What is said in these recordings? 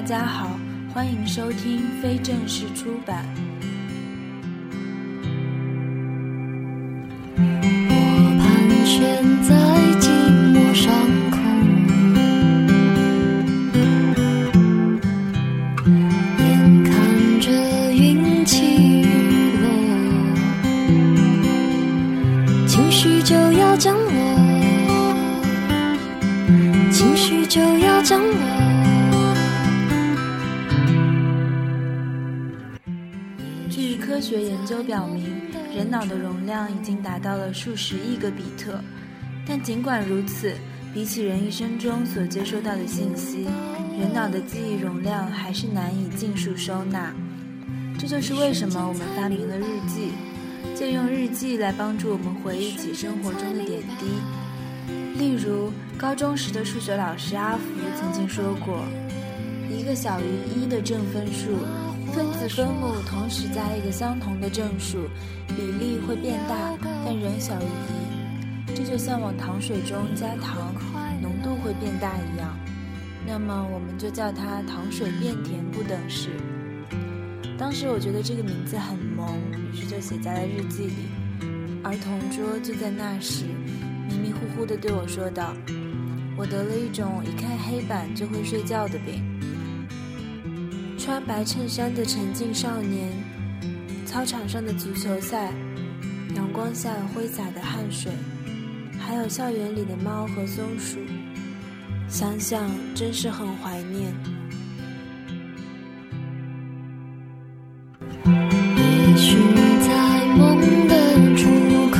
家好，欢迎收听非正式出版。 我盘旋在寂寞上空，眼看着云起雨落，情绪就要降落，情绪就要降落。 据科学研究表明，人脑的容量已经达到了数十亿个比特，但尽管如此，比起人一生中所接收到的信息，人脑的记忆容量还是难以尽数收纳。这就是为什么我们发明了日记，借用日记来帮助我们回忆起生活中的点滴。例如，高中时的数学老师阿福曾经说过，一个小于1的正分数，分子分母同时加一个相同的正数，比例会变大，但仍小于1。这就像往糖水中加糖，浓度会变大一样。那么我们就叫它糖水变甜不等式。当时我觉得这个名字很萌，于是就写在了日记里。而同桌就在那时迷迷糊糊地对我说道，我得了一种一看黑板就会睡觉的病。穿白衬衫的沉静少年，操场上的足球赛，阳光下挥洒的汗水，还有校园里的猫和松鼠，想想真是很怀念。 也许在梦的出口，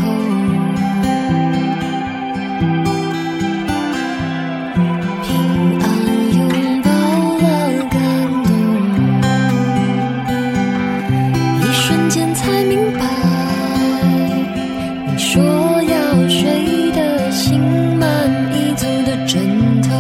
平安拥抱了感动，一瞬间才明白，你说要睡的心满意足的枕头。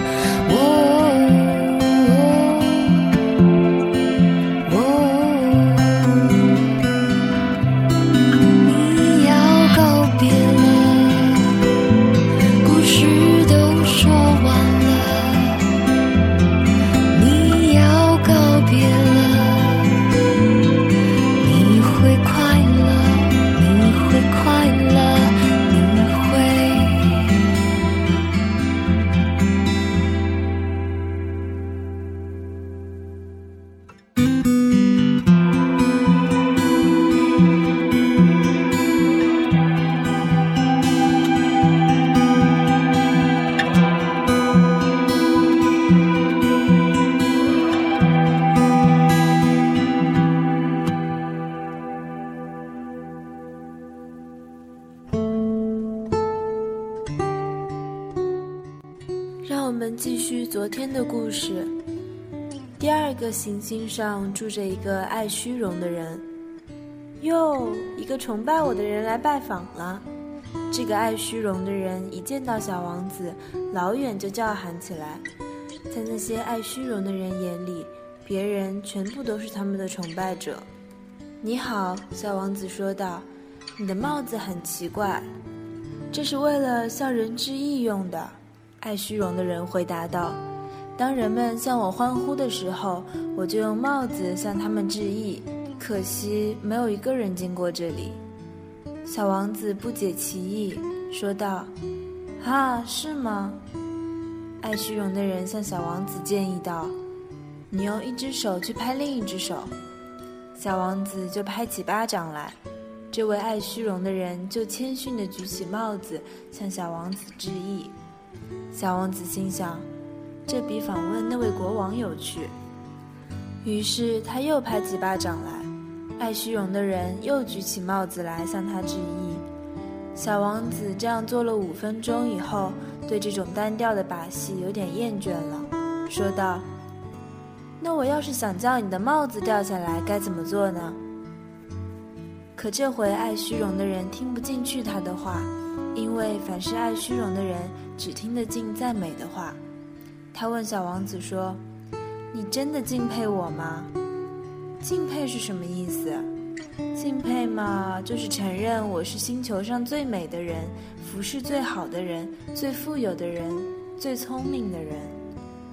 让我们继续昨天的故事。第二个行星上住着一个爱虚荣的人。哟，一个崇拜我的人来拜访了。这个爱虚荣的人一见到小王子，老远就叫喊起来。在那些爱虚荣的人眼里，别人全部都是他们的崇拜者。你好，小王子说道，你的帽子很奇怪。这是为了向人致意用的。爱虚荣的人回答道，当人们向我欢呼的时候，我就用帽子向他们致意，可惜没有一个人经过这里。小王子不解其意，说道，啊，是吗？爱虚荣的人向小王子建议道，你用一只手去拍另一只手。小王子就拍起巴掌来，这位爱虚荣的人就谦逊地举起帽子向小王子致意。小王子心想，这比访问那位国王有趣。于是他又拍起巴掌来，爱虚荣的人又举起帽子来向他致意。小王子这样做了5分钟以后，对这种单调的把戏有点厌倦了，说道，那我要是想叫你的帽子掉下来该怎么做呢？可这回爱虚荣的人听不进去他的话，因为凡是爱虚荣的人只听得进赞美的话。他问小王子说，你真的敬佩我吗？敬佩是什么意思？敬佩嘛，就是承认我是星球上最美的人，服饰最好的人，最富有的人，最聪明的人。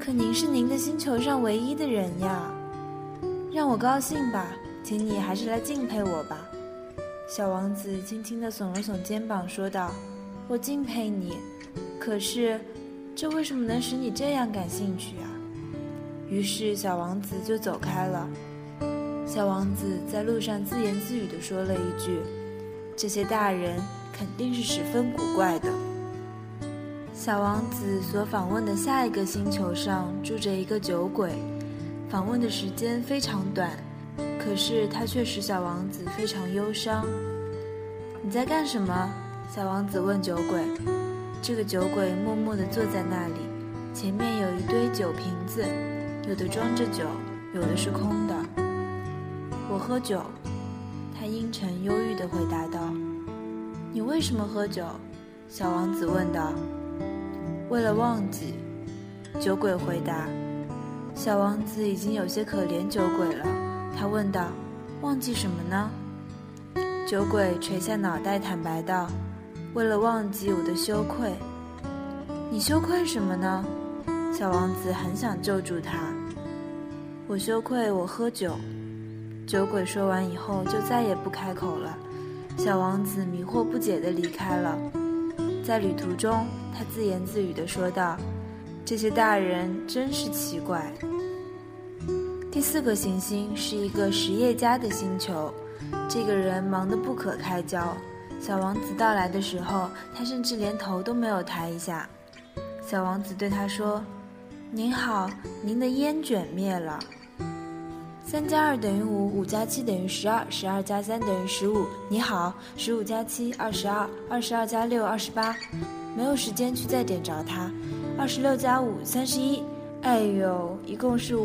可您是您的星球上唯一的人呀，让我高兴吧，请你还是来敬佩我吧。小王子轻轻地耸了耸肩膀说道，我敬佩你，可是这为什么能使你这样感兴趣啊？于是小王子就走开了。小王子在路上自言自语地说了一句，这些大人肯定是十分古怪的。小王子所访问的下一个星球上住着一个酒鬼，访问的时间非常短，可是他却使小王子非常忧伤。你在干什么？小王子问酒鬼。这个酒鬼默默地坐在那里，前面有一堆酒瓶子，有的装着酒，有的是空的。我喝酒，他阴沉忧郁地回答道。你为什么喝酒？小王子问道。为了忘记，酒鬼回答。小王子已经有些可怜酒鬼了，他问道，忘记什么呢？酒鬼垂下脑袋坦白道，为了忘记我的羞愧。你羞愧什么呢？小王子很想救助他。我羞愧我喝酒。酒鬼说完以后就再也不开口了。小王子迷惑不解地离开了。在旅途中，他自言自语地说道，这些大人真是奇怪。第4个行星是一个实业家的星球，这个人忙得不可开交。小王子到来的时候，他甚至连头都没有抬一下。小王子对他说，您好，您的烟卷灭了。3加2等于5， 5加7等于12， 12加3等于15。你好，15加7 22， 22加6 28。没有时间去再点着它。26加5 31。哎呦，一共是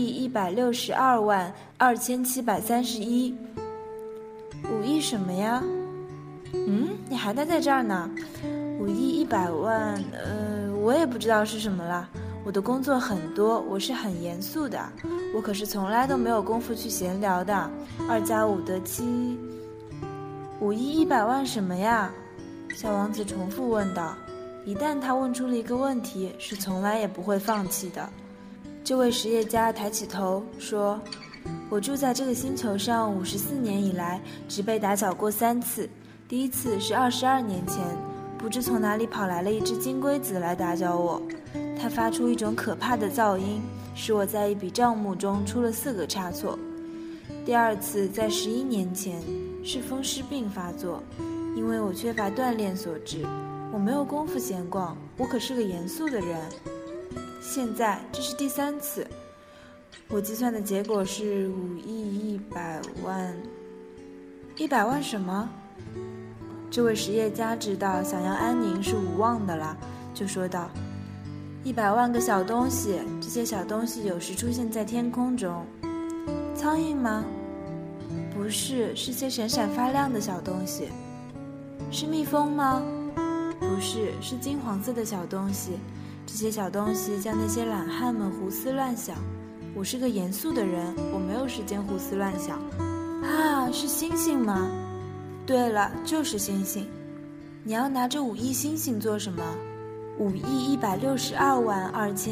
5亿162万2731。5亿什么呀？你还待在这儿呢？5亿100万，我也不知道是什么了。我的工作很多，我是很严肃的，我可是从来都没有功夫去闲聊的。2加5得7。5亿100万什么呀？小王子重复问道。一旦他问出了一个问题，是从来也不会放弃的。这位实业家抬起头说，我住在这个星球上54年以来，只被打搅过3次。第一次是22年前，不知从哪里跑来了一只金龟子来打搅我，它发出一种可怕的噪音，使我在一笔账目中出了4个差错。第二次在11年前，是风湿病发作，因为我缺乏锻炼所致，我没有功夫闲逛，我可是个严肃的人。现在这是第3次，我计算的结果是5亿100万。100万什么？这位实业家知道想要安宁是无望的了，就说道：100万个小东西，这些小东西有时出现在天空中。苍蝇吗？不是，是些闪闪发亮的小东西。是蜜蜂吗？不是，是金黄色的小东西。这些小东西叫那些懒汉们胡思乱想。我是个严肃的人，我没有时间胡思乱想。啊，是星星吗？对了，就是星星。你要拿着5亿星星做什么？5亿162万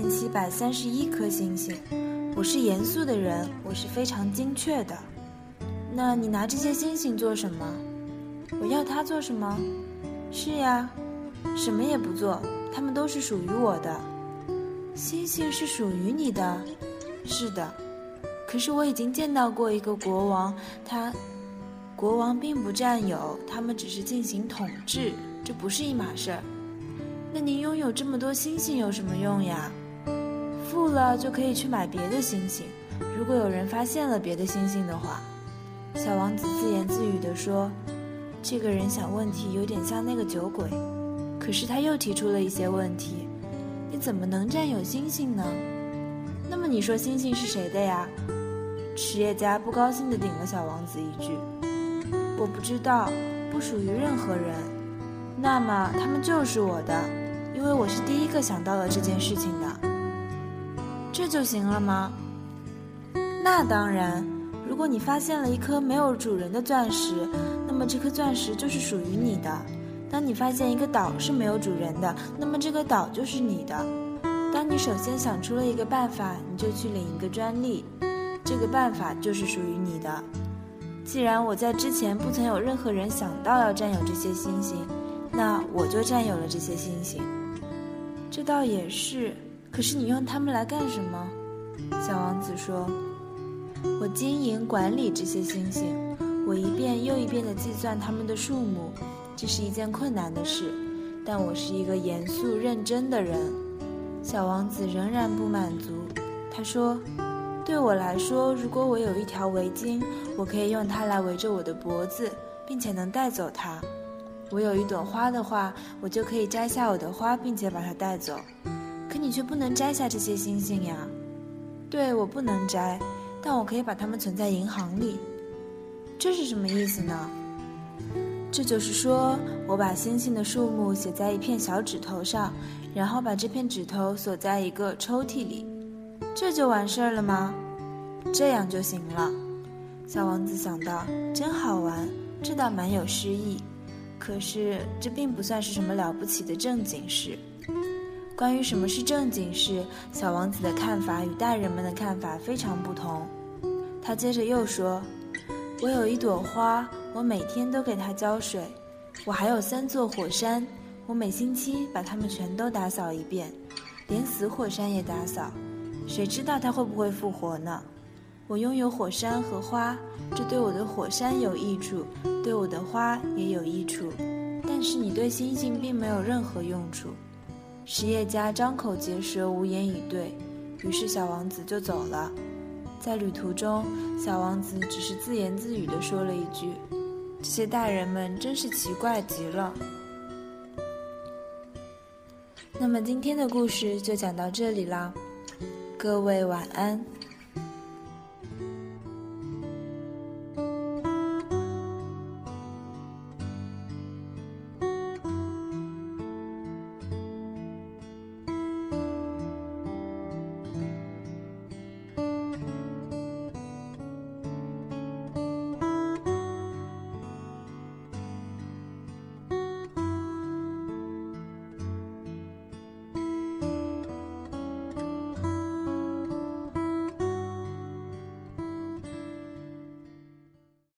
2731颗星星。我是严肃的人，我是非常精确的。那你拿这些星星做什么？我要它做什么？是呀，什么也不做，它们都是属于我的。星星是属于你的？是的。可是我已经见到过一个国王，国王并不占有，他们只是进行统治，这不是一码事儿。那您拥有这么多星星有什么用呀？富了就可以去买别的星星，如果有人发现了别的星星的话。小王子自言自语地说，这个人想问题有点像那个酒鬼，可是他又提出了一些问题。你怎么能占有星星呢？那么你说星星是谁的呀？实业家不高兴地顶了小王子一句，我不知道，不属于任何人。那么他们就是我的，因为我是第一个想到了这件事情的。这就行了吗？那当然，如果你发现了一颗没有主人的钻石，那么这颗钻石就是属于你的。当你发现一个岛是没有主人的，那么这个岛就是你的。 当你首先想出了一个办法，你就去领一个专利，这个办法就是属于你的。既然我在之前不曾有任何人想到要占有这些星星，那我就占有了这些星星。这倒也是，可是你用它们来干什么？小王子说，我经营管理这些星星，我一遍又一遍地计算它们的数目，这是一件困难的事，但我是一个严肃认真的人。小王子仍然不满足，他说，对我来说，如果我有一条围巾，我可以用它来围着我的脖子，并且能带走它。我有一朵花的话，我就可以摘下我的花，并且把它带走。可你却不能摘下这些星星呀。对，我不能摘，但我可以把它们存在银行里。这是什么意思呢？这就是说，我把星星的数目写在一片小指头上，然后把这片指头锁在一个抽屉里。这就完事儿了吗？这样就行了。小王子想到，真好玩，这倒蛮有诗意。可是这并不算是什么了不起的正经事。关于什么是正经事，小王子的看法与大人们的看法非常不同。他接着又说，我有一朵花，我每天都给它浇水。我还有3座火山，我每星期把它们全都打扫一遍，连死火山也打扫。谁知道它会不会复活呢？我拥有火山和花，这对我的火山有益处，对我的花也有益处，但是你对星星并没有任何用处。实业家张口结舌，无言以对，于是小王子就走了。在旅途中，小王子只是自言自语地说了一句，这些大人们真是奇怪极了。那么今天的故事就讲到这里啦，各位晚安。